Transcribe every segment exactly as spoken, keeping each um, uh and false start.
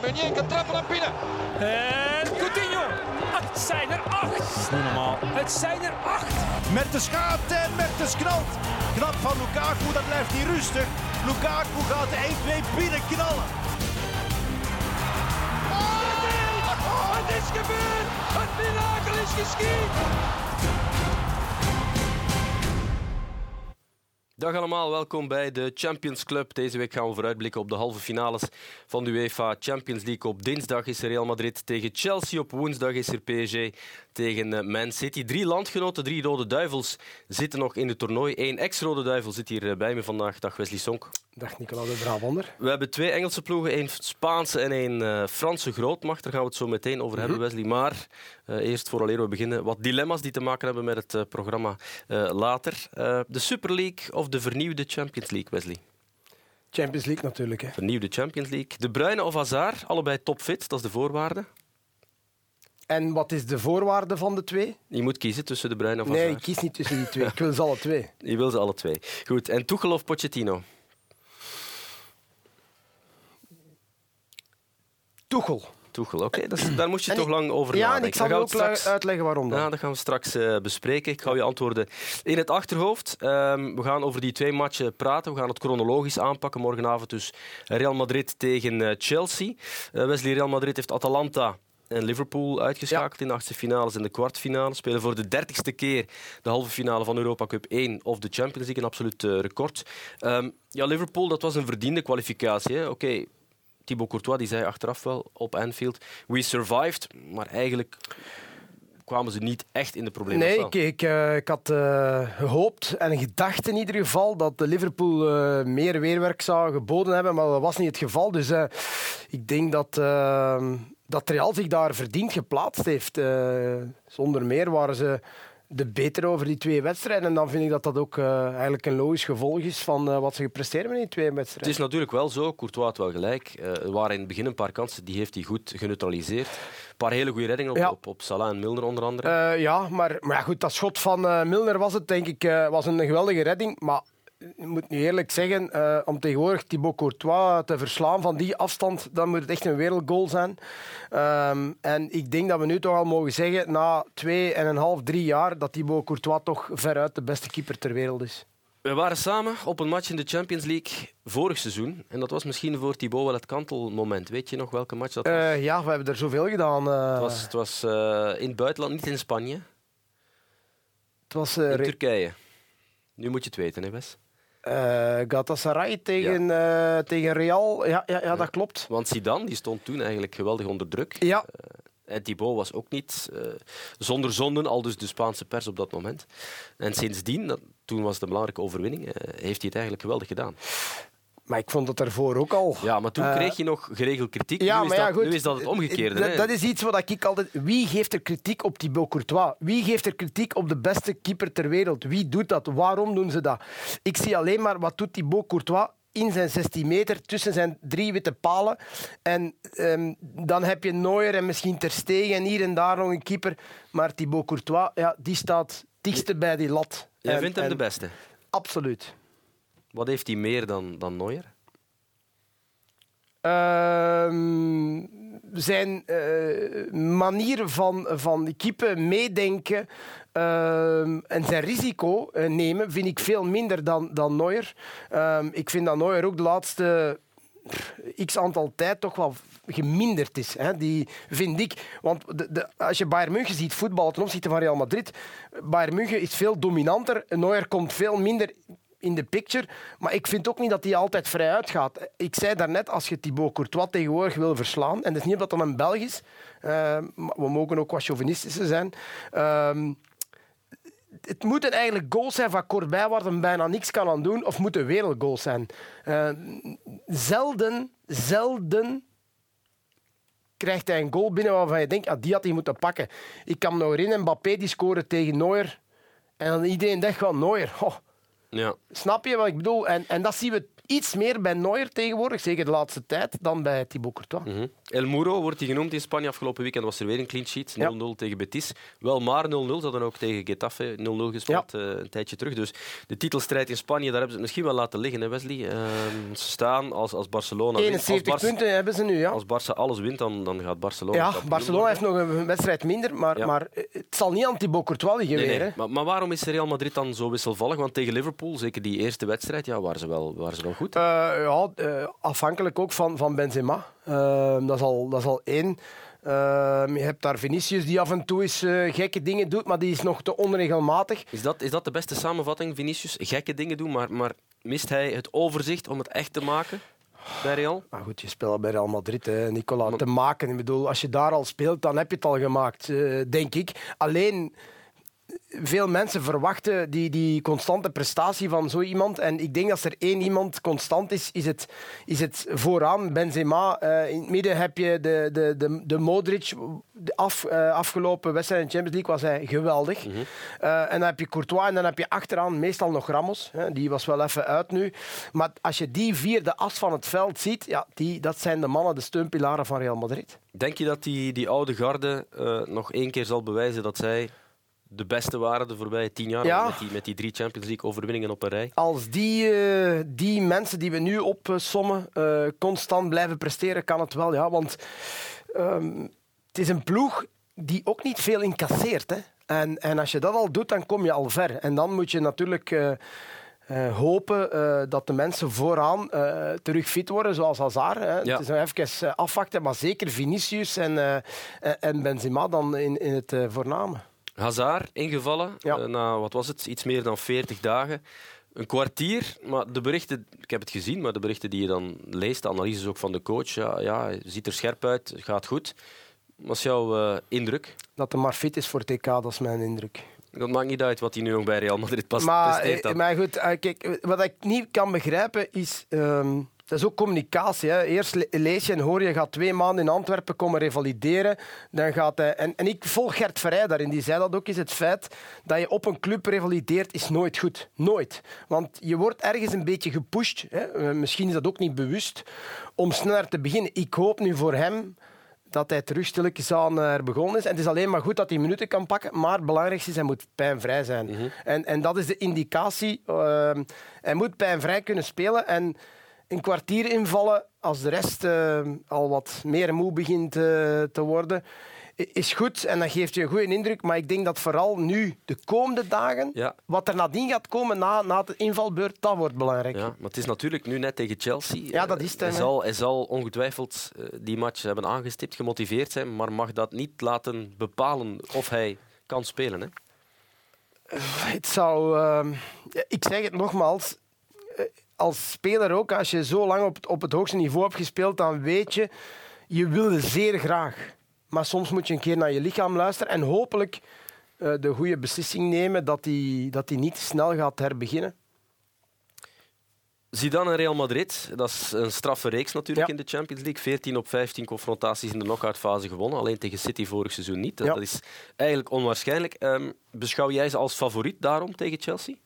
Meunier kan trappen naar binnen. En Coutinho. Het zijn er acht. Dat is niet normaal. Het zijn er acht. Mertens gaat en Mertens knalt. Knap van Lukaku, dat blijft niet rustig. Lukaku gaat de één twee binnen knallen. Oh, het is gebeurd! Het mirakel is geschied! Dag allemaal, welkom bij de Champions Club. Deze week gaan we vooruitblikken op de halve finales van de UEFA Champions League. Op dinsdag is er Real Madrid tegen Chelsea. Op woensdag is er P S G tegen Man City. Drie landgenoten, drie rode duivels zitten nog in het toernooi. Eén ex-rode duivel zit hier bij me vandaag. Dag Wesley Sonk. Dag Nicola de Brabander. We hebben twee Engelse ploegen, één Spaanse en één uh, Franse grootmacht. Daar gaan we het zo meteen over hebben, Wesley. Maar uh, eerst, vooraleer we beginnen, wat dilemma's die te maken hebben met het uh, programma uh, later. Uh, de Super League of de vernieuwde Champions League, Wesley? Champions League natuurlijk. Hè. Vernieuwde Champions League. De Bruyne of Hazard, allebei topfit, dat is de voorwaarde. En wat is de voorwaarde van de twee? Je moet kiezen tussen de Bruyne of Hazard. Nee, ik kies niet tussen die twee. Ik wil ze alle twee. Je wil ze alle twee. Goed, en Tuchel of Pochettino? Tuchel. Tuchel, oké. Okay. Daar moest je en toch ik, lang over ja, nadenken. Ja, en ik zal ook straks uitleggen waarom dan. Ja, dat gaan we straks uh, bespreken. Ik hou je antwoorden in het achterhoofd. Um, we gaan over die twee matchen praten. We gaan het chronologisch aanpakken. Morgenavond dus Real Madrid tegen uh, Chelsea. Uh, Wesley, Real Madrid heeft Atalanta en Liverpool uitgeschakeld ja. in de achtste finales en de kwartfinale. Spelen voor de dertigste keer de halve finale van Europa Cup één of de Champions League. Een absoluut uh, record. Um, ja, Liverpool, dat was een verdiende kwalificatie. Oké. Okay. Thibaut Courtois die zei achteraf wel op Anfield, we survived, maar eigenlijk kwamen ze niet echt in de problemen. Nee, ik, ik, uh, ik had uh, gehoopt en gedacht in ieder geval dat de Liverpool uh, meer weerwerk zou geboden hebben, maar dat was niet het geval. Dus uh, ik denk dat, uh, dat Real zich daar verdiend geplaatst heeft. Uh, zonder meer waren ze de beter over die twee wedstrijden. En dan vind ik dat dat ook uh, eigenlijk een logisch gevolg is van uh, wat ze gepresteerd hebben in die twee wedstrijden. Het is natuurlijk wel zo, Courtois had wel gelijk. Uh, er waren in het begin een paar kansen, die heeft hij goed geneutraliseerd. Een paar hele goede reddingen op, ja. op, op Salah en Milner onder andere. Uh, ja, maar, maar ja, goed, dat schot van uh, Milner was het, denk ik, uh, was een geweldige redding. Maar ik moet nu eerlijk zeggen, uh, om tegenwoordig Thibaut Courtois te verslaan van die afstand, dan moet het echt een wereldgoal zijn. Um, en ik denk dat we nu toch al mogen zeggen, na twee en een half, drie jaar, dat Thibaut Courtois toch veruit de beste keeper ter wereld is. We waren samen op een match in de Champions League vorig seizoen. En dat was misschien voor Thibaut wel het kantelmoment. Weet je nog welke match dat was? Uh, ja, we hebben er zoveel gedaan. Uh... Het was, het was uh, in het buitenland, niet in Spanje. Het was uh, in Turkije. Nu moet je het weten, hè Wes? Uh, Galatasaray tegen, ja. uh, tegen Real. Ja, ja, ja, ja, dat klopt. Want Zidane die stond toen eigenlijk geweldig onder druk. Ja. Uh, en Thibaut was ook niet uh, zonder zonden, al dus de Spaanse pers op dat moment. En sindsdien, dat, toen was het een belangrijke overwinning, uh, heeft hij het eigenlijk geweldig gedaan. Maar ik vond het daarvoor ook al. Ja, maar toen uh, kreeg je nog geregeld kritiek. Ja, nu, is maar ja, dat, goed, nu is dat het omgekeerde. Dat, hè? dat is iets wat ik altijd... Wie geeft er kritiek op Thibaut Courtois? Wie geeft er kritiek op de beste keeper ter wereld? Wie doet dat? Waarom doen ze dat? Ik zie alleen maar wat doet Thibaut Courtois in zijn zestien meter, tussen zijn drie witte palen. En um, dan heb je Neuer en misschien Ter Stegen en hier en daar nog een keeper. Maar Thibaut Courtois, ja, die staat dichtste bij die lat. Jij en, vindt hem en, de beste? Absoluut. Wat heeft hij meer dan, dan Neuer? Uh, zijn uh, manier van, van keepen, meedenken uh, en zijn risico uh, nemen vind ik veel minder dan, dan Neuer. Uh, ik vind dat Neuer ook de laatste x aantal tijd toch wel geminderd is. Hè? Die vind ik. Want de, de, als je Bayern München ziet voetballen ten opzichte van Real Madrid, Bayern München is veel dominanter. Neuer komt veel minder in de picture, maar ik vind ook niet dat hij altijd vrij uitgaat. Ik zei daarnet, als je Thibaut Courtois tegenwoordig wil verslaan, en dat is niet omdat dat een Belg is, uh, maar we mogen ook wat chauvinistische zijn, uh, het moeten eigenlijk goals zijn van kortbij waar hij bijna niks kan aan doen, of moeten wereldgoals zijn. Uh, zelden, zelden krijgt hij een goal binnen waarvan je denkt, ah, die had hij moeten pakken. Ik kan me nog herinneren, Mbappé die scoorde tegen Neuer, en dan iedereen denkt van Neuer, oh, ja. Snap je wat ik bedoel? En, en dat zien we iets meer bij Neuer tegenwoordig, zeker de laatste tijd, dan bij Thibaut Courtois. Mm-hmm. El Muro wordt hij genoemd in Spanje. Afgelopen weekend was er weer een clean sheet. nul nul ja. tegen Betis. Wel maar nul nul. Ze hadden ook tegen Getafe nul nul gespeeld ja. uh, een tijdje terug. Dus de titelstrijd in Spanje, daar hebben ze het misschien wel laten liggen, hè Wesley. Uh, ze staan als, als Barcelona... eenenzeventig als Barca, punten hebben ze nu, ja. Als Barça alles wint, dan, dan gaat Barcelona... Ja, Barcelona heeft nog een wedstrijd minder, maar, ja. maar het zal niet aan Thibaut Courtois liggen nee, weer. Nee. Hè. Maar, maar waarom is Real Madrid dan zo wisselvallig? Want tegen Liverpool, zeker die eerste wedstrijd, ja, waren ze wel, waren ze wel goed. Uh, ja, uh, afhankelijk ook van, van Benzema. Uh, dat, is al, dat is al één. Uh, je hebt daar Vinicius die af en toe eens uh, gekke dingen doet, maar die is nog te onregelmatig. Is dat, is dat de beste samenvatting, Vinicius? Gekke dingen doen, maar, maar mist hij het overzicht om het echt te maken bij Real? Maar goed, je speelt bij Real Madrid, hè, Nicola. Maar... Te maken. Ik bedoel, als je daar al speelt, dan heb je het al gemaakt, uh, denk ik. Alleen... Veel mensen verwachten die, die constante prestatie van zo iemand. En ik denk dat als er één iemand constant is, is het, is het vooraan Benzema. Uh, in het midden heb je de, de, de, de Modric. De af, uh, afgelopen wedstrijd in de Champions League was hij geweldig. Mm-hmm. Uh, en dan heb je Courtois en dan heb je achteraan meestal nog Ramos. Hè, die was wel even uit nu. Maar als je die vier de as van het veld ziet, ja, die, dat zijn de mannen, de steunpilaren van Real Madrid. Denk je dat die, die oude garde uh, nog één keer zal bewijzen dat zij... de beste waren de voorbije tien jaar ja. met, die, met die drie Champions League overwinningen op een rij. Als die, uh, die mensen die we nu opsommen uh, constant blijven presteren, kan het wel. Ja, want um, het is een ploeg die ook niet veel incasseert. Hè. En, en als je dat al doet, dan kom je al ver. En dan moet je natuurlijk... Uh, Uh, hopen uh, dat de mensen vooraan uh, terug fit worden, zoals Hazard. Hè. Ja. Het is nog even afwachten, maar zeker Vinicius en, uh, en Benzema dan in, in het uh, voorname. Hazard ingevallen ja. uh, na, wat was het, iets meer dan veertig dagen. Een kwartier, maar de berichten, ik heb het gezien, maar de berichten die je dan leest, de analyses ook van de coach, ja, ja ziet er scherp uit, gaat goed. Wat is jouw uh, indruk? Dat hij maar fit is voor het T K, dat is mijn indruk. Dat maakt niet uit wat hij nu nog bij Real Madrid pas maar, presteert. Maar goed, kijk, wat ik niet kan begrijpen is... Um, dat is ook communicatie. Hè. Eerst lees je en hoor je, gaat twee maanden in Antwerpen komen revalideren. Dan gaat hij, en, en ik volg Gert Verheij daarin, die zei dat ook, is het feit dat je op een club revalideert, is nooit goed. Nooit. Want je wordt ergens een beetje gepusht. Hè. Misschien is dat ook niet bewust, om sneller te beginnen. Ik hoop nu voor hem... dat hij terug stilletjes aan er begonnen is. En het is alleen maar goed dat hij minuten kan pakken, maar het belangrijkste is, hij moet pijnvrij zijn. Mm-hmm. En, en dat is de indicatie. Uh, hij moet pijnvrij kunnen spelen en een kwartier invallen als de rest uh, al wat meer moe begint uh, te worden, is goed en dat geeft je een goede indruk. Maar ik denk dat vooral nu, de komende dagen, ja. wat er nadien gaat komen na, na de invalbeurt, dat wordt belangrijk. Ja, maar het is natuurlijk nu net tegen Chelsea. Ja, dat is het. Hij zal, hij zal ongetwijfeld uh, die match hebben aangestipt, gemotiveerd zijn, maar mag dat niet laten bepalen of hij kan spelen. Hè? Uh, het zou... Uh, ik zeg het nogmaals... Uh, als speler ook, als je zo lang op het, op het hoogste niveau hebt gespeeld, dan weet je, je wilde zeer graag. Maar soms moet je een keer naar je lichaam luisteren en hopelijk uh, de goede beslissing nemen dat hij dat die niet snel gaat herbeginnen. Zidane en Real Madrid, dat is een straffe reeks natuurlijk ja. in de Champions League. veertien op vijftien confrontaties in de knock-outfase gewonnen. Alleen tegen City vorig seizoen niet. Dat, ja. dat is eigenlijk onwaarschijnlijk. Um, beschouw jij ze als favoriet daarom tegen Chelsea?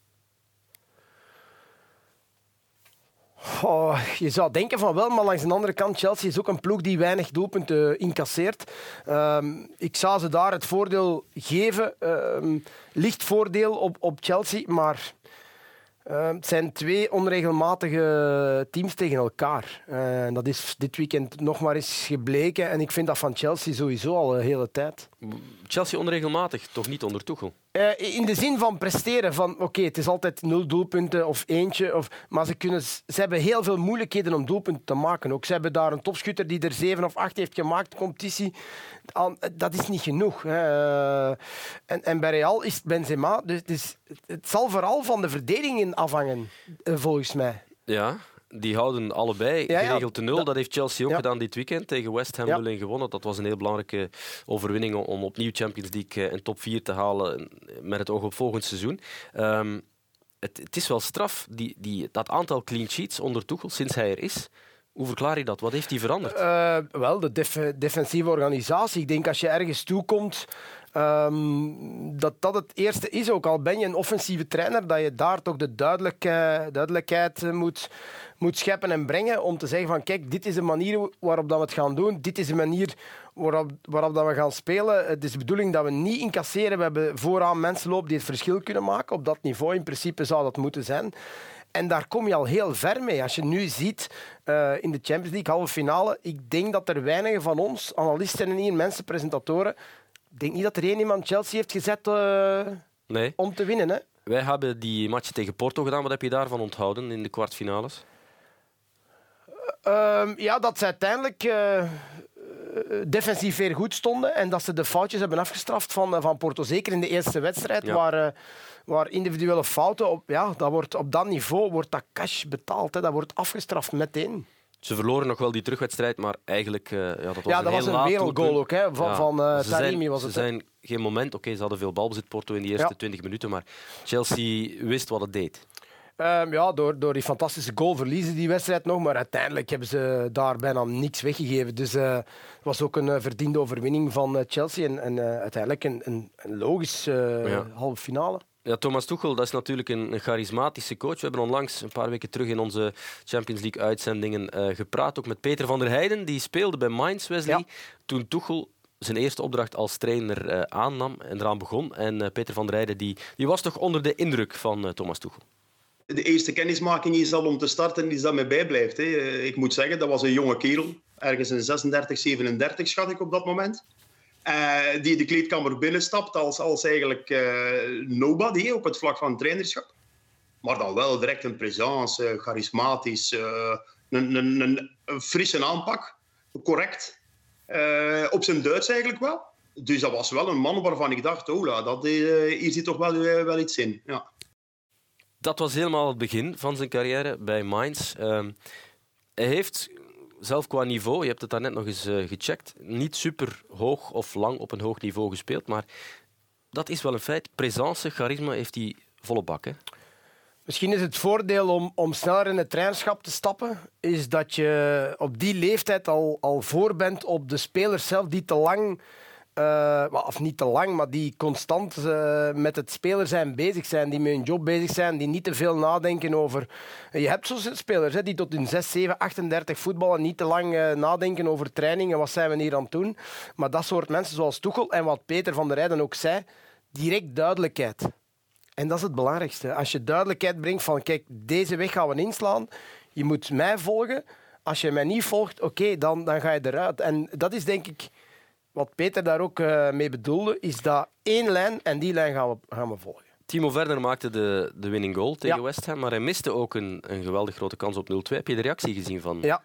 Oh, je zou denken van wel, maar langs de andere kant, Chelsea is ook een ploeg die weinig doelpunten incasseert. Um, ik zou ze daar het voordeel geven, um, licht voordeel op, op Chelsea, maar uh, het zijn twee onregelmatige teams tegen elkaar. Uh, dat is dit weekend nog maar eens gebleken en ik vind dat van Chelsea sowieso al een hele tijd. Chelsea onregelmatig, toch niet onder Tuchel? Uh, in de zin van presteren, van oké, okay, het is altijd nul doelpunten of eentje, of, maar ze, kunnen, ze hebben heel veel moeilijkheden om doelpunten te maken. Ook, ze hebben daar een topschutter die er zeven of acht heeft gemaakt, competitie. Dat is niet genoeg. Uh, en, en bij Real is het Benzema, dus, dus het zal vooral van de verdediging afhangen, uh, volgens mij. Ja. Die houden allebei ja, ja. geregeld de nul. Dat, dat heeft Chelsea ook ja. gedaan dit weekend. Tegen West Ham nul-een ja. gewonnen. Dat was een heel belangrijke overwinning om opnieuw Champions League en top vier te halen met het oog op volgend seizoen. Um, het, het is wel straf, die, die, dat aantal clean sheets onder Tuchel sinds hij er is. Hoe verklaar je dat? Wat heeft hij veranderd? Uh, wel, de def- defensieve organisatie. Ik denk als je ergens toekomt Um, dat dat het eerste is, ook al ben je een offensieve trainer, dat je daar toch de duidelijk, uh, duidelijkheid uh, moet, moet scheppen en brengen om te zeggen van kijk, dit is de manier waarop dat we het gaan doen, dit is de manier waarop, waarop dat we gaan spelen. Het is de bedoeling dat we niet incasseren. We hebben vooraan mensen lopen die het verschil kunnen maken. Op dat niveau in principe zou dat moeten zijn. En daar kom je al heel ver mee. Als je nu ziet uh, in de Champions League halve finale, ik denk dat er weinigen van ons, analisten en hier, mensen, presentatoren, ik denk niet dat er één iemand Chelsea heeft gezet uh, nee. om te winnen. Hè? Wij hebben die match tegen Porto gedaan. Wat heb je daarvan onthouden in de kwartfinales? Uh, ja, dat ze uiteindelijk uh, defensief weer goed stonden en dat ze de foutjes hebben afgestraft van, van Porto. Zeker in de eerste wedstrijd, ja. waar, uh, waar individuele fouten, op, ja, dat wordt, op dat niveau wordt dat cash betaald. Hè. Dat wordt afgestraft meteen. Ze verloren nog wel die terugwedstrijd, maar eigenlijk... Uh, ja, dat was ja, dat een, was heel een wereldgoal ook, hè, van, ja. van uh, ze Taremi. Zijn, was het, ze zijn geen moment... Oké, okay, ze hadden veel balbezit, Porto, in die eerste ja. twintig minuten, maar Chelsea wist wat het deed. Um, ja, door, door die fantastische goal verliezen die wedstrijd nog, maar uiteindelijk hebben ze daar bijna niks weggegeven. Dus uh, het was ook een uh, verdiende overwinning van uh, Chelsea en, en uh, uiteindelijk een, een, een logisch uh, ja. halve finale. Ja, Thomas Tuchel, dat is natuurlijk een, een charismatische coach. We hebben onlangs, een paar weken terug in onze Champions League-uitzendingen, uh, gepraat ook met Peter van der Heijden. Die speelde bij Mainz, Wesley, ja. toen Tuchel zijn eerste opdracht als trainer uh, aannam en eraan begon. En uh, Peter van der Heijden die, die was toch onder de indruk van uh, Thomas Tuchel. De eerste kennismaking is al om te starten iets dat mij bijblijft. Hè. Ik moet zeggen, dat was een jonge kerel. Ergens een zesendertig, zevenendertig schat ik op dat moment. Uh, die de kleedkamer binnenstapt als, als eigenlijk uh, nobody hè, op het vlak van trainerschap. Maar dan wel direct een presence, uh, charismatisch, uh, een, een, een, een frisse aanpak. Correct. Uh, op zijn Duits eigenlijk wel. Dus dat was wel een man waarvan ik dacht, oh, dat, uh, hier zit toch wel, uh, wel iets in. Ja. Dat was helemaal het begin van zijn carrière bij Mainz. Uh, hij heeft zelf qua niveau, je hebt het daarnet nog eens uh, gecheckt, niet super hoog of lang op een hoog niveau gespeeld, maar dat is wel een feit. Presence, charisma heeft hij volle bak. Hè? Misschien is het voordeel om, om sneller in het trainerschap te stappen, is dat je op die leeftijd al, al voor bent op de spelers zelf die te lang... Uh, of niet te lang, maar die constant uh, met het speler zijn bezig zijn, die met hun job bezig zijn, die niet te veel nadenken over... Uh, je hebt zo'n spelers hè, die tot hun zes, zeven, achtendertig voetballen, niet te lang uh, nadenken over training en wat zijn we hier aan het doen. Maar dat soort mensen zoals Tuchel en wat Peter van der Heijden ook zei, direct duidelijkheid. En dat is het belangrijkste. Als je duidelijkheid brengt van kijk, deze weg gaan we inslaan, je moet mij volgen. Als je mij niet volgt, oké, okay, dan, dan ga je eruit. En dat is denk ik... Wat Peter daar ook uh, mee bedoelde, is dat één lijn en die lijn gaan we, gaan we volgen. Timo Werner maakte de, de winning goal tegen ja. West Ham, maar hij miste ook een, een geweldig grote kans op nul twee. Heb je de reactie gezien van, ja.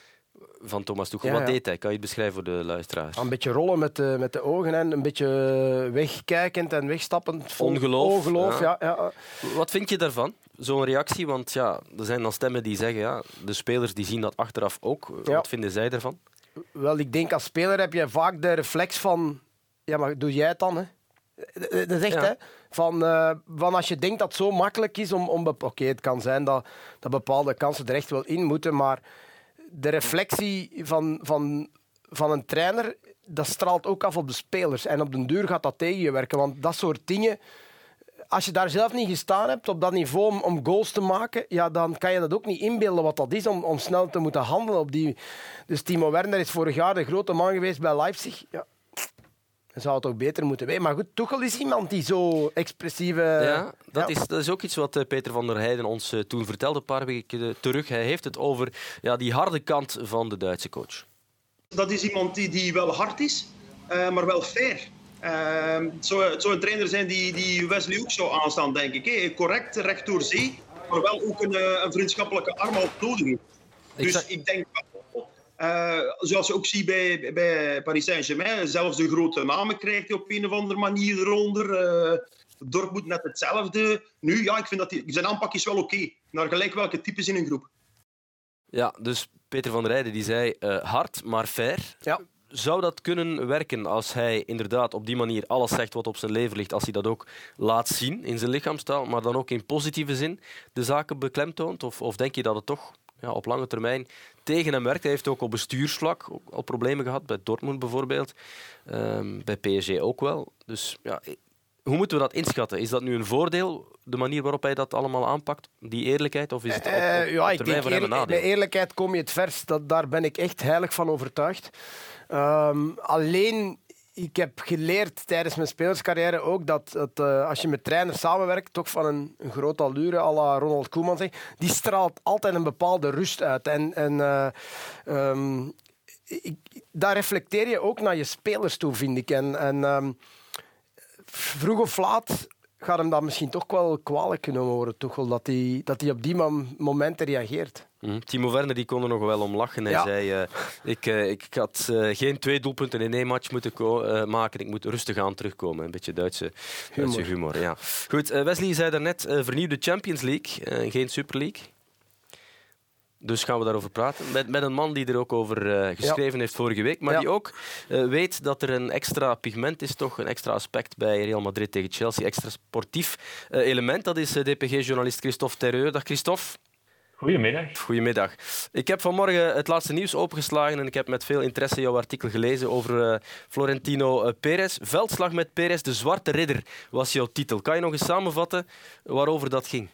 van Thomas Tuchel? Ja, Wat ja. deed hij? Kan je het beschrijven voor de luisteraars? Een beetje rollen met de, met de ogen en een beetje wegkijkend en wegstappend. Ongeloof. Ongeloof ja. Ja. Ja. Wat vind je daarvan? Zo'n reactie, want ja, er zijn dan stemmen die zeggen, ja, de spelers die zien dat achteraf ook. Ja. Wat vinden zij daarvan? Wel, ik denk als speler heb je vaak de reflex van... Ja, maar doe jij het dan, hè? Dat is echt, ja. hè? Van, uh, van als je denkt dat het zo makkelijk is om... om Oké, okay, het kan zijn dat, dat bepaalde kansen er echt wel in moeten, maar de reflectie van, van, van een trainer, dat straalt ook af op de spelers. En op den duur gaat dat tegen je werken, want dat soort dingen... Als je daar zelf niet gestaan hebt op dat niveau om, om goals te maken, ja, dan kan je dat ook niet inbeelden wat dat is om, om snel te moeten handelen. Op die... Dus Timo Werner is vorig jaar de grote man geweest bij Leipzig. Ja. Dan zou het ook beter moeten weten. Maar goed, Tuchel is iemand die zo expressieve... Ja, dat, ja. Is, dat is ook iets wat uh, Peter van der Heijden ons uh, toen vertelde, een paar weken terug. Hij heeft het over ja, die harde kant van de Duitse coach. Dat is iemand die, die wel hard is, uh, maar wel fair. Uh, het, zou, het zou een trainer zijn die, die Wesley ook zou aanstaan, denk ik. Hey, correct, recht door zee, maar wel ook een, een vriendschappelijke arm op nodig heeft. Dus Exact. ik denk wel, uh, zoals je ook ziet bij, bij Paris Saint-Germain, zelfs de grote namen krijgt hij op een of andere manier eronder. Uh, Dortmund net hetzelfde. Nu, ja, ik vind dat die, zijn aanpak is wel oké. Okay, naar gelijk welke types in een groep. Ja, dus Peter van der Heijden die zei uh, hard, maar fair. Ja. Zou dat kunnen werken als hij inderdaad op die manier alles zegt wat op zijn lever ligt, als hij dat ook laat zien in zijn lichaamstaal, maar dan ook in positieve zin de zaken beklemtoont? Of, of denk je dat het toch ja, op lange termijn tegen hem werkt. Hij heeft ook op bestuursvlak ook al problemen gehad, bij Dortmund bijvoorbeeld. Um, bij P S G ook wel. Dus ja, hoe moeten we dat inschatten? Is dat nu een voordeel, de manier waarop hij dat allemaal aanpakt? Die eerlijkheid? Of is het op, op, uh, ja, op ik denk eerlijk, bij eerlijkheid kom je het verst. Dat, daar ben ik echt heilig van overtuigd. Um, alleen... Ik heb geleerd tijdens mijn spelerscarrière ook dat, dat uh, als je met trainers samenwerkt, toch van een, een grote allure, à la Ronald Koeman zegt, die straalt altijd een bepaalde rust uit. En, en uh, um, ik, daar reflecteer je ook naar je spelers toe, vind ik. En, en um, vroeg of laat gaat hem dat misschien toch wel kwalijk genomen worden, Tuchel, dat hij dat hij op die mom- momenten reageert. Mm. Timo Werner die kon er nog wel om lachen. Hij ja. zei, uh, ik, uh, ik had uh, geen twee doelpunten in één match moeten ko- uh, maken. Ik moet rustig aan terugkomen. Een beetje Duitse humor. Duitse humor ja. Goed, uh, Wesley zei daarnet, uh, vernieuwde Champions League, uh, geen Super League. Dus gaan we daarover praten. Met, met een man die er ook over uh, geschreven ja. heeft vorige week. Maar ja. die ook uh, weet dat er een extra pigment is, toch een extra aspect bij Real Madrid tegen Chelsea. Extra sportief uh, element. Dat is uh, D P G-journalist Christophe Terreur. Dag Christophe. Goedemiddag. Goedemiddag. Ik heb vanmorgen het laatste nieuws opengeslagen en ik heb met veel interesse jouw artikel gelezen over uh, Florentino uh, Perez. Veldslag met Perez, de zwarte ridder, was jouw titel. Kan je nog eens samenvatten waarover dat ging?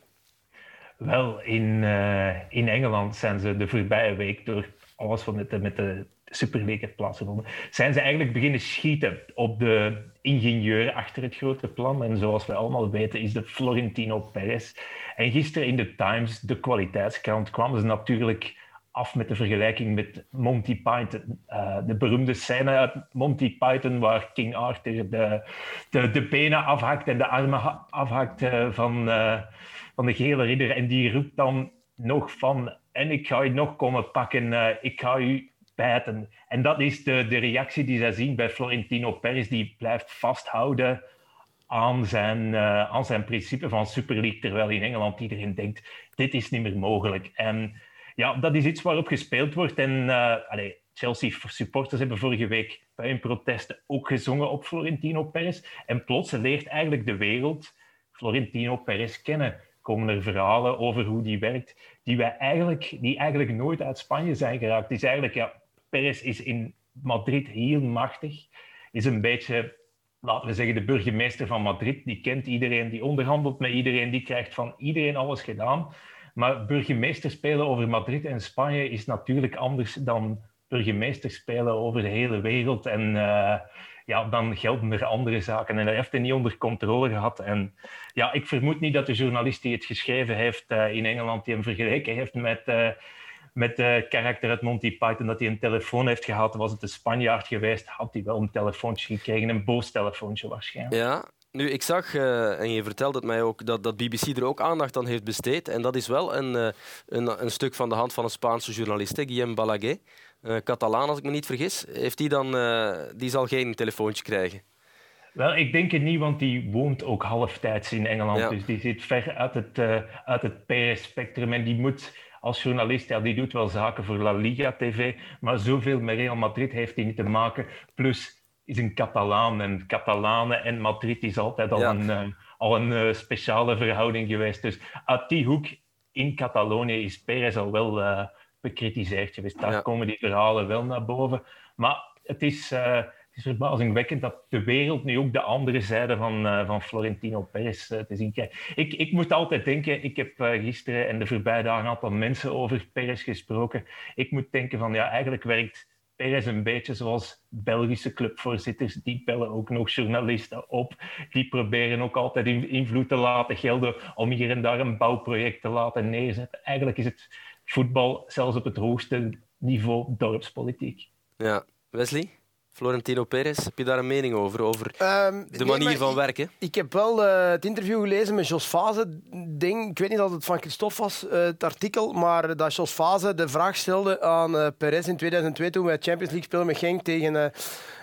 Wel, in, uh, in Engeland zijn ze de voorbije week door alles wat met de, met de Super League heeft plaatsgevonden, zijn ze eigenlijk beginnen schieten op de ingenieur achter het grote plan. En zoals we allemaal weten is de Florentino Perez. En gisteren in de Times, de kwaliteitskrant, kwamen ze natuurlijk af met de vergelijking met Monty Python. Uh, de beroemde scène uit Monty Python waar King Arthur de, de, de benen afhakt en de armen afhakt uh, van, uh, van de gele ridder. En die roept dan nog van, en ik ga je nog komen pakken, uh, ik ga je bijten. En dat is de, de reactie die zij zien bij Florentino Perez. Die blijft vasthouden aan zijn, uh, aan zijn principe van Super League, terwijl in Engeland iedereen denkt, dit is niet meer mogelijk. En ja, dat is iets waarop gespeeld wordt. En uh, allez, Chelsea-supporters hebben vorige week bij hun protesten ook gezongen op Florentino Perez. En plots leert eigenlijk de wereld Florentino Perez kennen. Komen er verhalen over hoe die werkt, die, wij eigenlijk, die eigenlijk nooit uit Spanje zijn geraakt. Het is eigenlijk, ja, Perez is in Madrid heel machtig. Is een beetje, laten we zeggen, de burgemeester van Madrid. Die kent iedereen, die onderhandelt met iedereen, die krijgt van iedereen alles gedaan. Maar burgemeester spelen over Madrid en Spanje is natuurlijk anders dan burgemeester spelen over de hele wereld. En uh, ja, dan gelden er andere zaken. En hij heeft het niet onder controle gehad. En ja, ik vermoed niet dat de journalist die het geschreven heeft uh, in Engeland, die hem vergeleken heeft met, uh, met de karakter uit Monty Python, dat hij een telefoon heeft gehad. Was het een Spanjaard geweest, had hij wel een telefoontje gekregen. Een boos telefoontje waarschijnlijk. Ja. Nu, ik zag, uh, en je vertelde het mij ook, dat, dat B B C er ook aandacht aan heeft besteed. En dat is wel een, uh, een, een stuk van de hand van een Spaanse journalist, Guillem Balaguer. Uh, Catalaan, als ik me niet vergis. Heeft die dan... Uh, die zal geen telefoontje krijgen? Wel, ik denk het niet, want die woont ook halftijds in Engeland. Ja. Dus die zit ver uit het, uh, uit het P R-spectrum. En die moet als journalist... Ja, die doet wel zaken voor La Liga T V. Maar zoveel met Real Madrid heeft hij niet te maken. Plus... is een Catalaan. En Catalanen en Madrid is altijd al ja. een, uh, al een uh, speciale verhouding geweest. Dus uit die hoek in Catalonië is Perez al wel uh, bekritiseerd geweest. Daar ja. komen die verhalen wel naar boven. Maar het is, uh, het is verbazingwekkend dat de wereld nu ook de andere zijde van, uh, van Florentino Perez uh, te zien krijgt. Ik, ik moet altijd denken, ik heb uh, gisteren en de voorbije dagen een aantal mensen over Perez gesproken. Ik moet denken van, ja, eigenlijk werkt Perez een beetje zoals Belgische clubvoorzitters. Die bellen ook nog journalisten op. Die proberen ook altijd invloed te laten gelden om hier en daar een bouwproject te laten neerzetten. Eigenlijk is het voetbal zelfs op het hoogste niveau dorpspolitiek. Ja, Wesley? Florentino Perez, heb je daar een mening over? Over um, de manier nee, van ik, werken? Ik heb wel uh, het interview gelezen met Jos Fase. Ding. Ik weet niet of het van Christophe was, uh, het artikel, maar dat Jos Fase de vraag stelde aan uh, Perez in tweeduizend twee toen wij Champions League speelden met Genk tegen... Uh,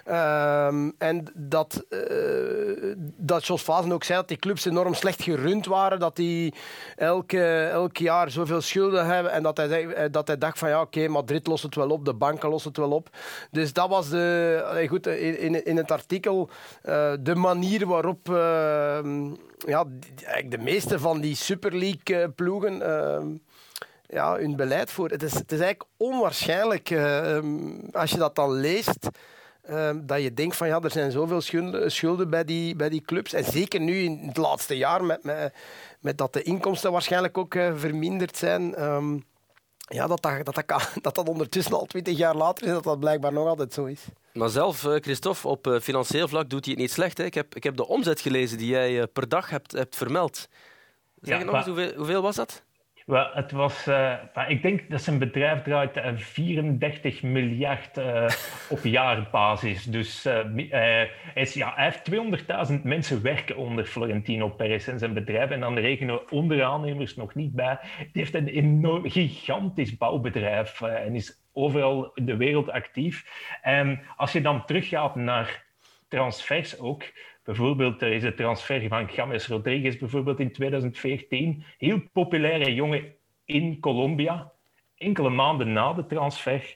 Um, en dat, uh, dat Jos Fase ook zei dat die clubs enorm slecht gerund waren, dat die elke, elk jaar zoveel schulden hebben en dat hij, dat hij dacht van ja, oké, okay, Madrid lost het wel op, de banken lossen het wel op. Dus dat was de, goed, in, in het artikel uh, de manier waarop uh, ja, de meeste van die Super League ploegen uh, ja, hun beleid voor. Het is, het is eigenlijk onwaarschijnlijk, uh, um, als je dat dan leest, uh, dat je denkt van ja, er zijn zoveel schulden, schulden bij, die, bij die clubs. En zeker nu in het laatste jaar, met, met, met dat de inkomsten waarschijnlijk ook uh, verminderd zijn. Um, ja, dat dat, dat, dat, dat dat ondertussen al twintig jaar later is, dat dat blijkbaar nog altijd zo is. Maar zelf, uh, Christophe, op uh, financieel vlak doet hij het niet slecht. Hè? Ik, heb, ik heb de omzet gelezen die jij uh, per dag hebt, hebt vermeld. Zeg je ja, nog eens, hoeveel, hoeveel was dat? Well, het was, uh, ik denk dat zijn bedrijf draait uh, vierendertig miljard uh, op jaarbasis. Dus uh, uh, hij, is, ja, hij heeft tweehonderdduizend mensen werken onder Florentino Perez en zijn bedrijf. En dan rekenen we onderaannemers nog niet bij. Hij heeft een enorm, gigantisch bouwbedrijf uh, en is overal in de wereld actief. En als je dan teruggaat naar transfers ook... Bijvoorbeeld, er is de transfer van James Rodriguez bijvoorbeeld in tweeduizend veertien. Heel populaire jongen in Colombia. Enkele maanden na de transfer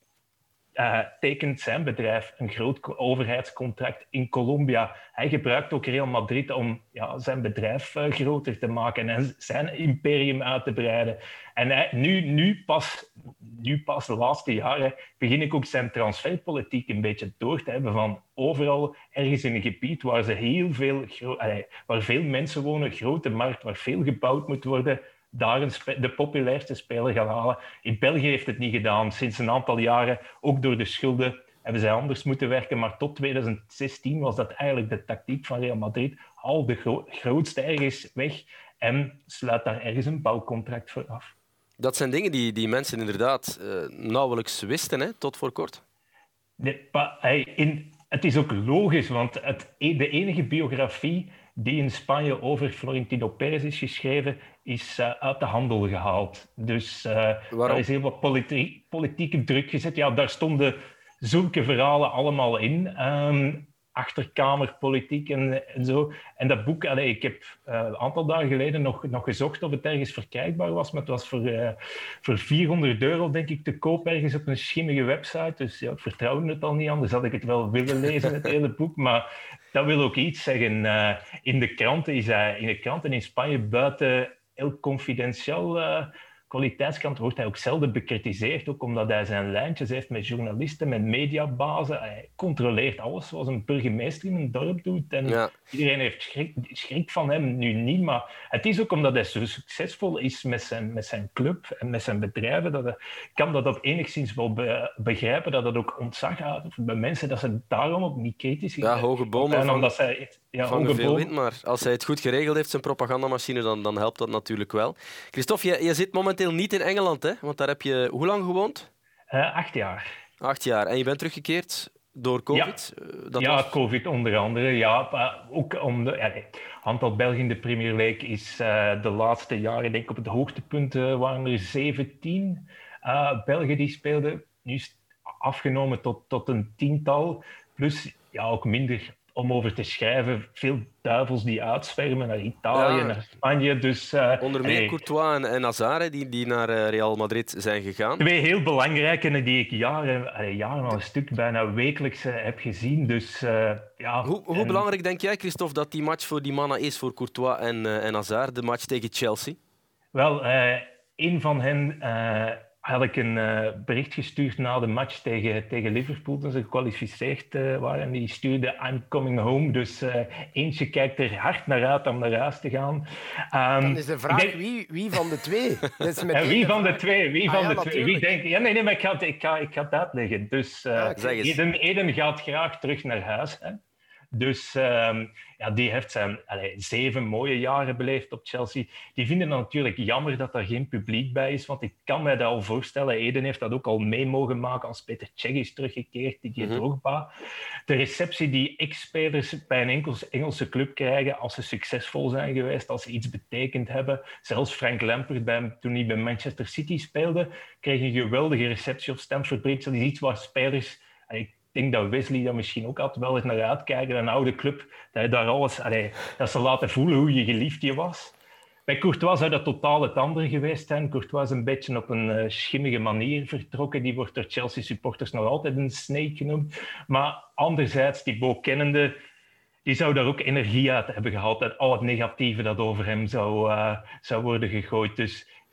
uh, tekent zijn bedrijf een groot overheidscontract in Colombia. Hij gebruikt ook Real Madrid om ja, zijn bedrijf uh, groter te maken en zijn imperium uit te breiden. En hij, nu, nu, pas, nu pas de laatste jaren begin ik ook zijn transferpolitiek een beetje door te hebben van overal ergens in een gebied waar, ze heel veel, waar veel mensen wonen, grote markt, waar veel gebouwd moet worden, daar een spe- de populairste speler gaan halen. In België heeft het niet gedaan. Sinds een aantal jaren, ook door de schulden, hebben zij anders moeten werken. Maar tot tweeduizend zestien was dat eigenlijk de tactiek van Real Madrid. Haal de gro- grootste ergens weg en sluit daar ergens een bouwcontract voor af. Dat zijn dingen die, die mensen inderdaad uh, nauwelijks wisten, hè, tot voor kort. De, pa, hij, in, het is ook logisch, want het, de enige biografie die in Spanje over Florentino Perez is geschreven, is uh, uit de handel gehaald. Dus uh, daar is heel wat politi- politieke druk gezet. Ja, daar stonden zulke verhalen allemaal in. Um, achterkamerpolitiek en, en zo. En dat boek, allee, ik heb uh, een aantal dagen geleden nog, nog gezocht of het ergens verkrijgbaar was, maar het was voor, uh, voor vierhonderd euro, denk ik, te koop ergens op een schimmige website. Dus ja, ik vertrouwde het al niet, anders had ik het wel willen lezen, het hele boek. Maar dat wil ook iets zeggen. Uh, in de kranten is hij, in de kranten in Spanje, buiten El Confidencial... Uh, kwaliteitskrant wordt hij ook zelden bekritiseerd, ook omdat hij zijn lijntjes heeft met journalisten, met mediabazen. Hij controleert alles zoals een burgemeester in een dorp doet. En ja. Iedereen heeft schrik, schrik van hem, nu niet. Maar het is ook omdat hij zo succesvol is met zijn, met zijn club en met zijn bedrijven. Dat hij, kan dat ook enigszins wel be, begrijpen, dat dat ook ontzag houdt bij mensen, dat ze daarom ook niet kritisch zijn. Ja, hoge bomen en van, omdat zij, ja, vangen veel wind, maar als hij het goed geregeld heeft, zijn propagandamachine, dan, dan helpt dat natuurlijk wel. Christophe, je, je zit momenteel niet in Engeland, hè? Want daar heb je hoe lang gewoond? Uh, acht jaar. Acht jaar. En je bent teruggekeerd door COVID? Ja, dat ja was... COVID onder andere. Ja, ook om de, ja, het aantal Belgen in de Premier League is uh, de laatste jaren, denk ik, op het hoogtepunt uh, waren er zeventien uh, Belgen die speelden. Nu is het afgenomen tot, tot een tiental. Plus ja, ook minder om over te schrijven. Veel duivels die uitzwermen naar Italië, ja. naar Spanje. Dus, uh, Onder meer hey, Courtois en, en Hazard, die, die naar uh, Real Madrid zijn gegaan. Twee heel belangrijke die ik jaren, jaren al een stuk bijna wekelijks uh, heb gezien. Dus, uh, ja, hoe hoe en... belangrijk denk jij, Christophe, dat die match voor die mannen is, voor Courtois en, uh, en Hazard, de match tegen Chelsea? Wel, uh, een van hen... Uh, had ik een uh, bericht gestuurd na de match tegen, tegen Liverpool, toen ze gekwalificeerd uh, waren. En die stuurde I'm coming home. Dus uh, eentje kijkt er hard naar uit om naar huis te gaan. Um, Dan is de vraag denk... wie, wie van de twee? Dat is ja, wie van de twee? Wie van ah, ja, de twee? Wie denk... ja, nee, nee, maar ik ga het, ik ga, ik ga het uitleggen. Dus uh, ah, okay. Eden, Eden gaat graag terug naar huis. Hè? Dus um, ja, die heeft zijn allez, zeven mooie jaren beleefd op Chelsea. Die vinden het natuurlijk jammer dat er geen publiek bij is, want ik kan me dat al voorstellen. Eden heeft dat ook al mee mogen maken als Peter Cech is teruggekeerd, die mm-hmm. Drogba. De receptie die ex-spelers bij een Engelse, Engelse club krijgen als ze succesvol zijn geweest, als ze iets betekend hebben. Zelfs Frank Lampard, bij, toen hij bij Manchester City speelde, kreeg een geweldige receptie op Stamford Bridge. Dat is iets waar spelers... Allez, ik denk dat Wesley daar misschien ook altijd wel eens naar uitkijken. Een oude club, dat, je daar alles, allee, dat ze laten voelen hoe je geliefd je was. Bij Courtois zou dat totaal het andere geweest zijn. Courtois is een beetje op een uh, schimmige manier vertrokken. Die wordt door Chelsea-supporters nog altijd een snake genoemd. Maar anderzijds, die Bo kennende, die zou daar ook energie uit hebben gehaald. En al het negatieve dat over hem zou, uh, zou worden gegooid. Dus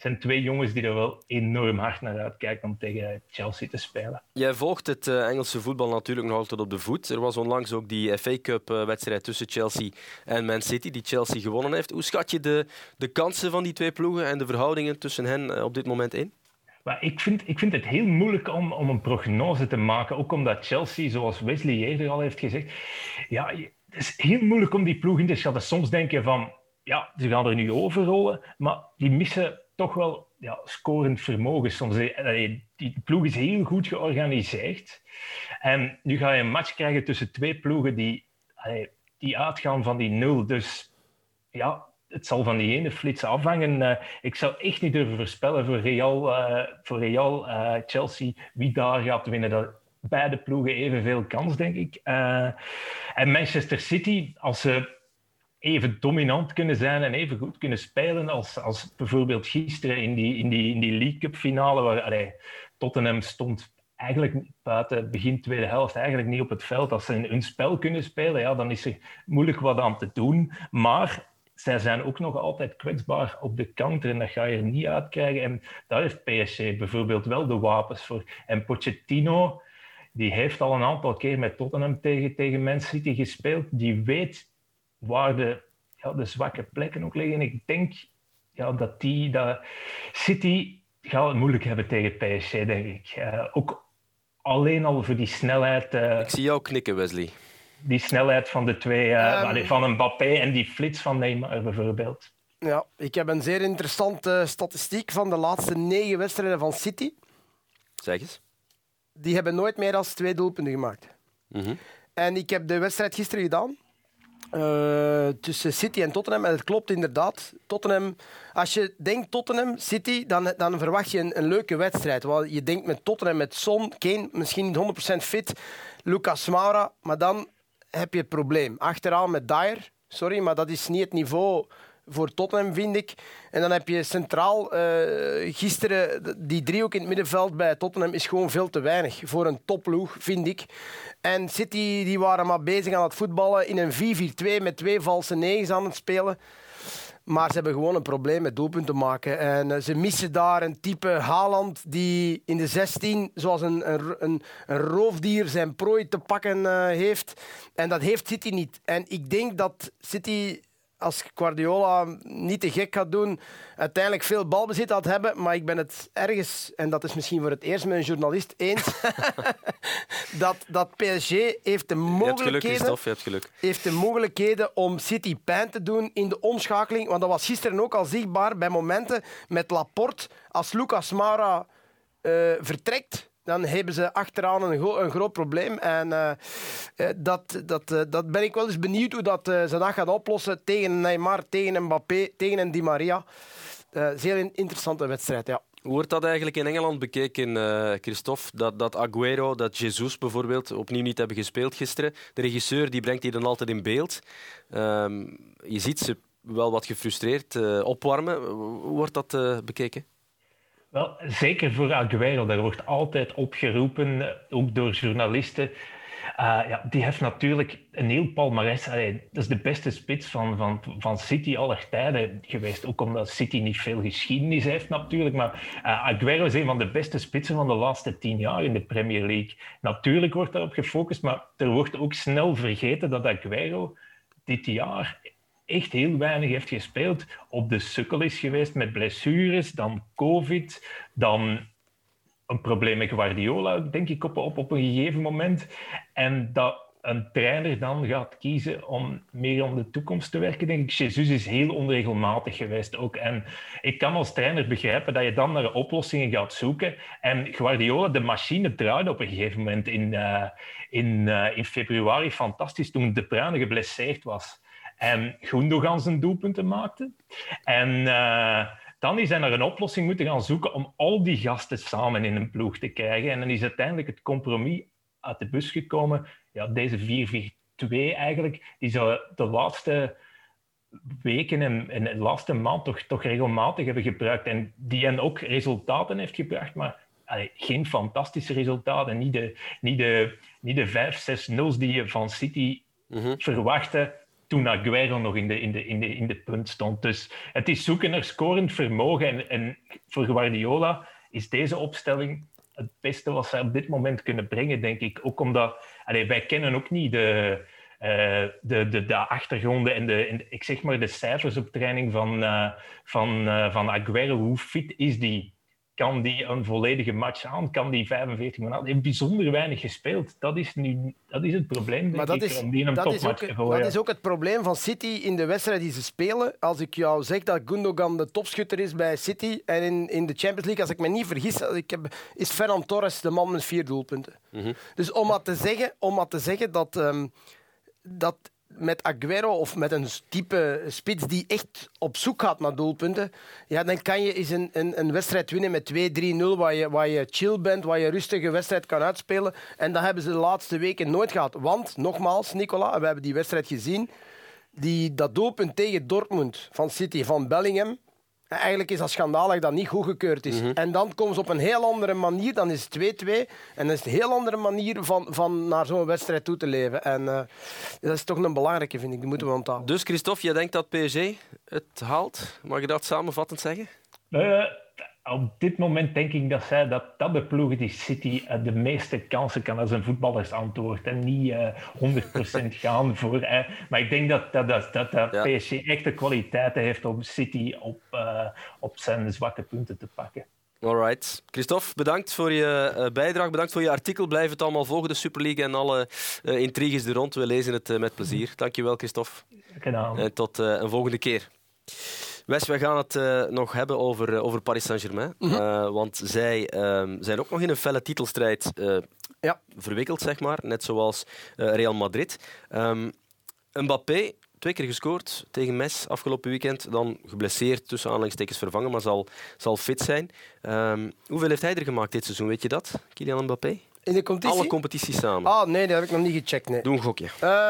zijn twee jongens die er wel enorm hard naar uitkijken om tegen Chelsea te spelen. Jij volgt het uh, Engelse voetbal natuurlijk nog altijd op de voet. Er was onlangs ook die F A Cup-wedstrijd tussen Chelsea en Man City, die Chelsea gewonnen heeft. Hoe schat je de, de kansen van die twee ploegen en de verhoudingen tussen hen uh, op dit moment in? Maar ik, vind, ik vind het heel moeilijk om, om een prognose te maken. Ook omdat Chelsea, zoals Wesley eerder al heeft gezegd... Ja, het is heel moeilijk om die ploeg in te schatten. Soms denk je van... Ja, ze gaan er nu overrollen. Maar die missen toch wel ja, scorend vermogen. Soms, die ploeg is heel goed georganiseerd. En nu ga je een match krijgen tussen twee ploegen die, die uitgaan van die nul. Dus ja... Het zal van die ene flits afhangen. Uh, ik zou echt niet durven voorspellen voor Real, uh, voor Real uh, Chelsea wie daar gaat winnen. Dat, beide ploegen evenveel kans, denk ik. Uh, en Manchester City, als ze even dominant kunnen zijn en even goed kunnen spelen als, als bijvoorbeeld gisteren in die, in die, in die League Cup finale, waar allee, Tottenham stond eigenlijk buiten begin tweede helft eigenlijk niet op het veld. Als ze hun spel kunnen spelen, ja, dan is er moeilijk wat aan te doen. Maar... zij zijn ook nog altijd kwetsbaar op de counter en dat ga je er niet uitkrijgen. En daar heeft P S G bijvoorbeeld wel de wapens voor. En Pochettino, die heeft al een aantal keer met Tottenham tegen, tegen Man City gespeeld. Die weet waar de, ja, de zwakke plekken ook liggen. En ik denk ja, dat die... Dat City gaat het moeilijk hebben tegen P S G, denk ik. Uh, ook alleen al voor die snelheid... Uh, ik zie jou knikken, Wesley. Die snelheid van de twee, uh, um, van Mbappé en die flits van Neymar bijvoorbeeld. Ja, ik heb een zeer interessante statistiek van de laatste negen wedstrijden van City. Zeg eens. Die hebben nooit meer dan twee doelpunten gemaakt. Mm-hmm. En ik heb de wedstrijd gisteren gedaan. Uh, tussen City en Tottenham. En het klopt inderdaad. Tottenham, als je denkt Tottenham, City, dan, dan verwacht je een, een leuke wedstrijd. Want je denkt met Tottenham, met Son, Kane, misschien niet honderd procent fit, Lucas Moura, maar dan heb je het probleem. Achteraan met Dyer, sorry, maar dat is niet het niveau voor Tottenham, vind ik. En dan heb je centraal, uh, gisteren, die driehoek in het middenveld bij Tottenham is gewoon veel te weinig voor een topploeg, vind ik. En City die waren maar bezig aan het voetballen in een vier vier twee met twee valse negens aan het spelen. Maar ze hebben gewoon een probleem met doelpunten maken. En uh, ze missen daar een type Haaland die in de zestien zoals een, een, een, een roofdier zijn prooi te pakken uh, heeft. En dat heeft City niet. En ik denk dat City, als Guardiola niet te gek gaat doen, uiteindelijk veel balbezit had hebben. Maar ik ben het ergens, en dat is misschien voor het eerst met een journalist eens, dat, dat P S G heeft de mogelijkheden, je hebt geluk, je hebt geluk. heeft de mogelijkheden om City pijn te doen in de omschakeling. Want dat was gisteren ook al zichtbaar bij momenten met Laporte. Als Lucas Moura uh, vertrekt, dan hebben ze achteraan een, go- een groot probleem. En uh, dat, dat, uh, dat ben ik wel eens benieuwd hoe dat, uh, ze dat gaan oplossen tegen Neymar, tegen Mbappé, tegen een Di Maria. Uh, zeer in- interessante wedstrijd, ja. Hoe wordt dat eigenlijk in Engeland bekeken, uh, Christophe? Dat, dat Aguero, dat Jesus bijvoorbeeld opnieuw niet hebben gespeeld gisteren. De regisseur die brengt die dan altijd in beeld. Um, je ziet ze wel wat gefrustreerd uh, opwarmen. Hoe wordt dat uh, bekeken? Wel, zeker voor Aguero. Daar wordt altijd opgeroepen, ook door journalisten. Uh, ja, die heeft natuurlijk een heel palmares. Allee, dat is de beste spits van, van, van City aller tijden geweest. Ook omdat City niet veel geschiedenis heeft natuurlijk. Maar uh, Aguero is een van de beste spitsen van de laatste tien jaar in de Premier League. Natuurlijk wordt daarop gefocust, maar er wordt ook snel vergeten dat Aguero dit jaar echt heel weinig heeft gespeeld. Op de sukkel is geweest met blessures, dan COVID, dan een probleem met Guardiola, denk ik, op, op, op een gegeven moment. En dat een trainer dan gaat kiezen om meer om de toekomst te werken, denk ik. Jesus is heel onregelmatig geweest ook. En ik kan als trainer begrijpen dat je dan naar oplossingen gaat zoeken. En Guardiola, de machine, draaide op een gegeven moment in, uh, in, uh, in februari fantastisch toen De Bruyne geblesseerd was. En Gundogan zijn doelpunten maakte. En uh, dan is hij naar een oplossing moeten gaan zoeken om al die gasten samen in een ploeg te krijgen. En dan is uiteindelijk het compromis uit de bus gekomen. Ja, deze vier vier twee eigenlijk, die zou de laatste weken en, en de laatste maand toch, toch regelmatig hebben gebruikt. En die hen ook resultaten heeft gebracht, maar allee, geen fantastische resultaten. Niet de, niet de, niet de vijf zes nul's die je van City mm-hmm. verwachtte toen Aguero nog in de, in, de, in, de, in de punt stond. Dus het is zoeken naar scorend vermogen. En, en voor Guardiola is deze opstelling het beste wat zij op dit moment kunnen brengen, denk ik. Ook omdat... Allee, wij kennen ook niet de... Uh, de, de, de achtergronden en de, en de, ik zeg maar de cijfers op training van, uh, van, uh, van Aguero. Hoe fit is die? Kan die een volledige match aan? Kan die vijfenveertig minuten aan? Hij heeft bijzonder weinig gespeeld. Dat is, nu, dat is het probleem, denk maar dat ik, is, om die in een dat topmatch is ook, te gooien. Dat is ook het probleem van City in de wedstrijd die ze spelen. Als ik jou zeg dat Gundogan de topschutter is bij City en in, in de Champions League, als ik me niet vergis, ik heb, is Ferran Torres de man met vier doelpunten. Mm-hmm. Dus om maar te zeggen, om maar te zeggen dat... Um, dat met Aguero of met een type spits die echt op zoek gaat naar doelpunten, ja, dan kan je eens een, een, een wedstrijd winnen met twee drie nul, waar je, waar je chill bent, waar je rustige wedstrijd kan uitspelen. En dat hebben ze de laatste weken nooit gehad. Want, nogmaals, Nicola, we hebben die wedstrijd gezien, die, dat doelpunt tegen Dortmund van City, van Bellingham, eigenlijk is dat schandalig dat niet goedgekeurd is. Mm-hmm. En dan komen ze op een heel andere manier, dan is het twee twee. En dan is het een heel andere manier van, van naar zo'n wedstrijd toe te leven. En uh, dat is toch een belangrijke, vind ik. Die moeten we onthouden. Dus Christophe, jij denkt dat P S G het haalt? Mag je dat samenvattend zeggen? Uh, op dit moment denk ik dat zij dat, dat de ploeg die City uh, de meeste kansen kan als een voetballersantwoord. En niet uh, honderd procent gaan voor... Uh, maar ik denk dat, dat, dat, dat, dat ja. P S G echt de kwaliteiten heeft om City op, uh, op zijn zwakke punten te pakken. Alright. Christophe, bedankt voor je uh, bijdrage. Bedankt voor je artikel. Blijf het allemaal volgen, de Super League en alle uh, intriges er rond. We lezen het uh, met plezier. Dankjewel, Christophe. Gedaan. En tot uh, een volgende keer. Wes, we gaan het uh, nog hebben over, uh, over Paris Saint-Germain. Mm-hmm. Uh, want zij uh, zijn ook nog in een felle titelstrijd uh, ja. verwikkeld, zeg maar. Net zoals uh, Real Madrid. Um, Mbappé, twee keer gescoord tegen Metz afgelopen weekend. Dan geblesseerd, tussen aanhalingstekens vervangen, maar zal, zal fit zijn. Um, hoeveel heeft hij er gemaakt dit seizoen, weet je dat? Kylian Mbappé? In de competitie? Alle competities samen. Ah, nee, dat heb ik nog niet gecheckt. Nee. Doe een gokje.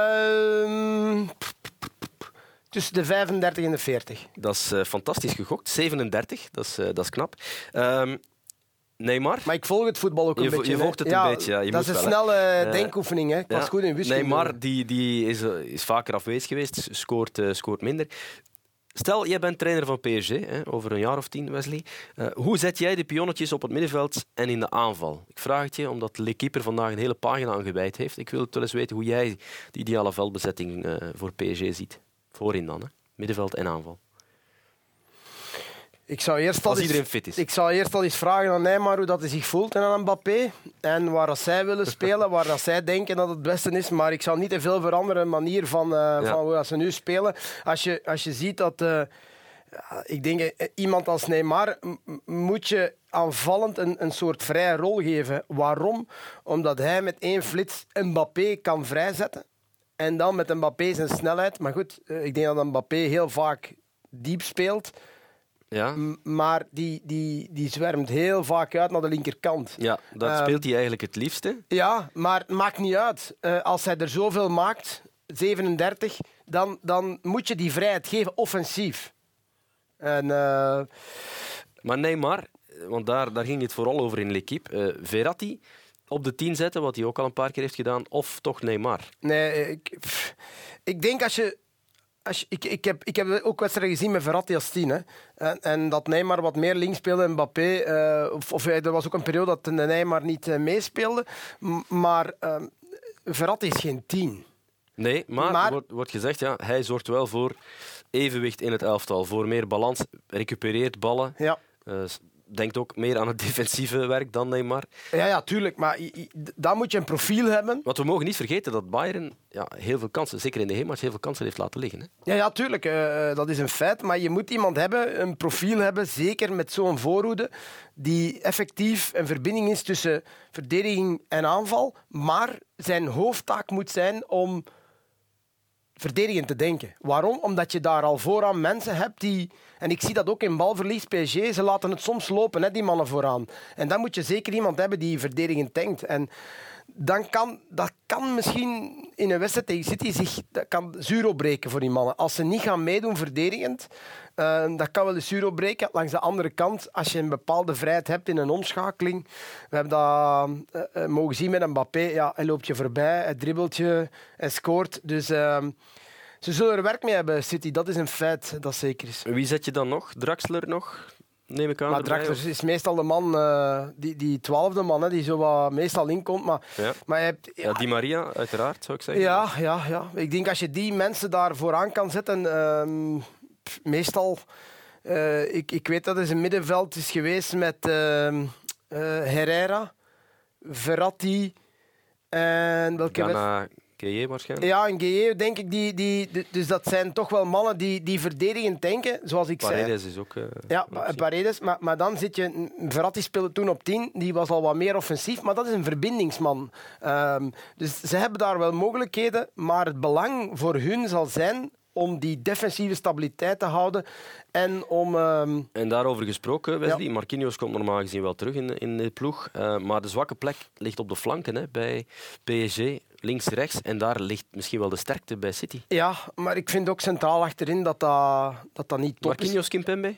Uh, tussen de vijfendertig en de veertig. Dat is uh, fantastisch gegokt. zevenendertig, dat is, uh, dat is knap. Um, Neymar. Maar ik volg het voetbal ook een je beetje. Je volgt het ja, een beetje. Ja, je dat moet is een wel, snelle uh, denkoefening. Hè. Ik ja. was goed in wiskunde. Neymar die, die is, uh, is vaker afwezig geweest, scoort, uh, scoort minder. Stel, jij bent trainer van P S G, hè, over een jaar of tien, Wesley. Uh, hoe zet jij de pionnetjes op het middenveld en in de aanval? Ik vraag het je, omdat L'Équipe er vandaag een hele pagina aan gewijd heeft. Ik wil het wel eens weten hoe jij de ideale veldbezetting uh, voor P S G ziet. Voorin dan, hè. Middenveld en aanval. Ik zou eerst al Als eens, iedereen fit is. Ik zou eerst al eens vragen aan Neymar hoe dat hij zich voelt en aan Mbappé. En waar dat zij willen spelen, waar dat zij denken dat het beste is. Maar ik zou niet te veel veranderen, de manier van, uh, ja. van hoe dat ze nu spelen. Als je, als je ziet dat... Uh, ik denk, uh, iemand als Neymar m- moet je aanvallend een, een soort vrije rol geven. Waarom? Omdat hij met één flits Mbappé kan vrijzetten. En dan met Mbappé zijn snelheid. Maar goed, uh, ik denk dat Mbappé heel vaak diep speelt. Ja. M- maar die, die, die zwermt heel vaak uit naar de linkerkant. Ja, dat uh, speelt hij eigenlijk het liefste. Ja, maar het maakt niet uit. Uh, als hij er zoveel maakt, zevenendertig, dan, dan moet je die vrijheid geven offensief. En, uh... Maar Neymar, want daar, daar ging het vooral over in L'Équipe. Uh, Verratti op de tien zetten, wat hij ook al een paar keer heeft gedaan, of toch Neymar? Nee, ik, pff, ik denk als je... Als je, ik, ik, heb, ik heb ook wedstrijden gezien met Verratti als tien. Hè. En, en dat Neymar wat meer links speelde en Mbappé... Uh, of, of er was ook een periode dat Neymar niet uh, meespeelde. M- maar uh, Verratti is geen tien. Nee, maar, maar... wordt, wordt gezegd, ja, hij zorgt wel voor evenwicht in het elftal. Voor meer balans, recupereert ballen. Ja. Uh, denkt ook meer aan het defensieve werk dan Neymar. Ja, ja, tuurlijk. Maar i- i- dan moet je een profiel hebben. Want we mogen niet vergeten dat Bayern ja, heel veel kansen, zeker in de heenmatch, heel veel kansen heeft laten liggen. Hè? Ja, ja, tuurlijk. Uh, dat is een feit. Maar je moet iemand hebben, een profiel hebben, zeker met zo'n voorhoede, die effectief een verbinding is tussen verdediging en aanval. Maar zijn hoofdtaak moet zijn om verdedigend te denken. Waarom? Omdat je daar al vooraan mensen hebt die... En ik zie dat ook in balverlies, P S G. Ze laten het soms lopen, hè, die mannen vooraan. En dan moet je zeker iemand hebben die verdedigend denkt. En dan kan, dat kan misschien in een wedstrijd tegen City zich dat kan zuur opbreken voor die mannen. Als ze niet gaan meedoen verdedigend, uh, dat kan wel eens zuur opbreken. Langs de andere kant, als je een bepaalde vrijheid hebt in een omschakeling. We hebben dat uh, mogen zien met Mbappé. Ja, hij loopt je voorbij, hij dribbelt je, hij scoort. Dus... Uh, Ze zullen er werk mee hebben, City. Dat is een feit, dat zeker is. Wie zet je dan nog? Draxler nog? Neem ik aan. Maar erbij, Draxler of? is meestal de man, uh, die, die twaalfde man, hè, die zo wat meestal inkomt. Maar, Ja. maar je hebt, Ja, Di Maria, uiteraard, zou ik zeggen. Ja, ja, ja. Ik denk als je die mensen daar vooraan kan zetten, um, pff, meestal... Uh, ik, ik weet dat het een middenveld is geweest met uh, uh, Herrera, Verratti en... welke Gana Gueye waarschijnlijk. Ja, en Gueye, denk ik. Die, die, die, dus dat zijn toch wel mannen die, die verdedigend denken, zoals ik zei. Paredes is ook... Uh, Ja, Paredes. Maar, maar dan zit je... Verratti speelde toen op tien. Die was al wat meer offensief. Maar dat is een verbindingsman. Um, dus ze hebben daar wel mogelijkheden. Maar het belang voor hun zal zijn om die defensieve stabiliteit te houden. En om... Um... En daarover gesproken, Wesley. Ja. Marquinhos komt normaal gezien wel terug in, in de ploeg. Uh, maar de zwakke plek ligt op de flanken hè, bij P S G. Links, rechts. En daar ligt misschien wel de sterkte bij City. Ja, maar ik vind ook centraal achterin dat dat, dat, dat niet top Marquinhos, is. Kimpembe?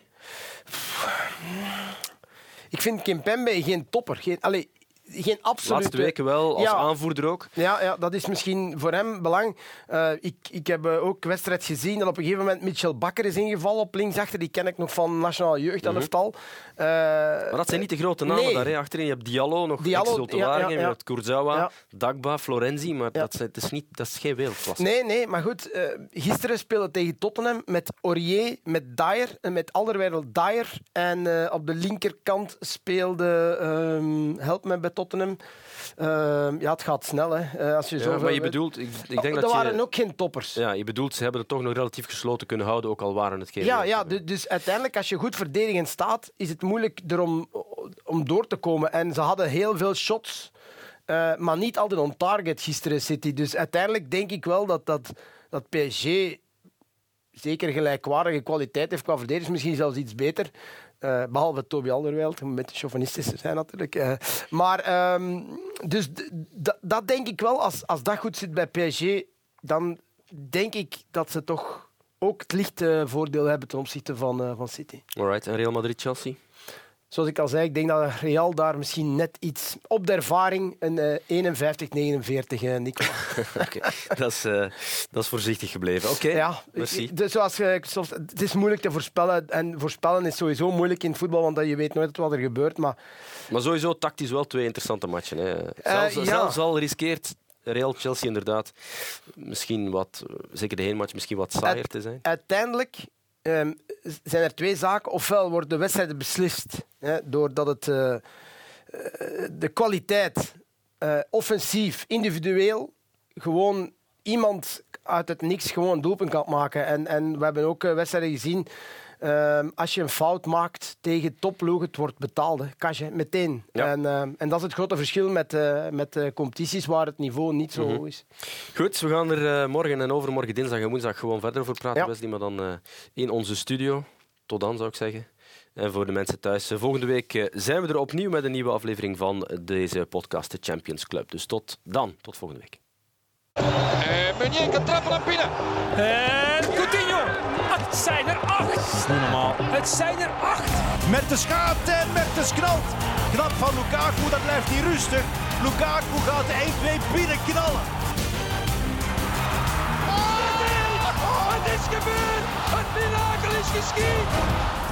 Ik vind Kimpembe geen topper. Geen, allez, geen absolute... Laatste weken wel, als ja, aanvoerder ook. Ja, ja, dat is misschien voor hem belang. Uh, ik, ik heb uh, ook wedstrijd gezien dat op een gegeven moment Mitchell Bakker is ingevallen op linksachter. Die ken ik nog van Nationale Jeugdelftal. Uh, Maar dat zijn niet de grote namen nee. daar. Hè. Achterin je hebt Diallo, nog Diallo, Axel te ja, Waregem, ja, ja. je hebt Kurzawa, Ja. Dagba, Florenzi. Maar Ja. dat, is, het is niet, dat is geen wereldklasse. Nee, nee, maar goed. Uh, gisteren speelde tegen Tottenham met Aurier, met Dyer, en met Alderweireld Dyer. En uh, op de linkerkant speelde... Um, help me bij Tottenham. Uh, ja, het gaat snel, hè. Uh, als je Ja, zoveel maar je weet. bedoelt... Ik, ik denk Oh, dat dat je, waren ook geen toppers. ja, je bedoelt, ze hebben het toch nog relatief gesloten kunnen houden, ook al waren het geen... Ja, ja, du- dus uiteindelijk, als je goed verdedigend staat, is het moeilijk erom om door te komen. En ze hadden heel veel shots, uh, maar niet altijd on target gisteren, City. Dus uiteindelijk denk ik wel dat, dat, dat P S G zeker gelijkwaardige kwaliteit heeft qua verdediging, misschien zelfs iets beter. Uh, behalve Toby Alderweireld, om een beetje chauvinistisch te zijn natuurlijk. Uh, maar um, dus d- d- dat denk ik wel, als, als dat goed zit bij P S G, dan denk ik dat ze toch ook het lichte voordeel hebben ten opzichte van, uh, van City. Alright, en Real Madrid-Chelsea? Zoals ik al zei, ik denk dat Real daar misschien net iets op de ervaring een uh, eenenvijftig negenenveertig, uh, Nicola. Okay. dat, is, uh, dat is voorzichtig gebleven. Oké, okay. Ja, merci. Dus zoals, uh, zoals, het is moeilijk te voorspellen. En voorspellen is sowieso moeilijk in het voetbal, want je weet nooit wat er gebeurt. Maar, maar sowieso tactisch wel twee interessante matchen. Hè. Zelfs, uh, ja. zelfs al riskeert Real-Chelsea inderdaad misschien wat, zeker de heenmatch, misschien wat saaier Uit, te zijn. Uiteindelijk um, zijn er twee zaken. Ofwel worden de wedstrijden beslist hè, doordat het, uh, uh, de kwaliteit uh, offensief, individueel, gewoon iemand uit het niks gewoon een doelpunt kan maken. En, en we hebben ook uh, wedstrijden gezien. Um, als je een fout maakt tegen topploegen, het wordt betaald. Hè. Kasje, meteen. Ja. En, uh, en dat is het grote verschil met, uh, met uh, competities waar het niveau niet zo Mm-hmm. hoog is. Goed, we gaan er uh, morgen en overmorgen, dinsdag en woensdag gewoon verder over praten, Ja. Wesley, maar dan uh, in onze studio. Tot dan, zou ik zeggen. En voor de mensen thuis, uh, volgende week uh, zijn we er opnieuw met een nieuwe aflevering van deze podcast, de Champions Club. Dus tot dan, tot volgende week. En Meunier kan trappen naar binnen. En Coutinho. Het zijn er acht. Dat is niet normaal. Het zijn er acht. Mertens gaat en Mertens knalt. Knap van Lukaku, dat blijft hij rustig. Lukaku gaat de één twee binnen knallen. Oh, het is gebeurd! Het mirakel is geschied!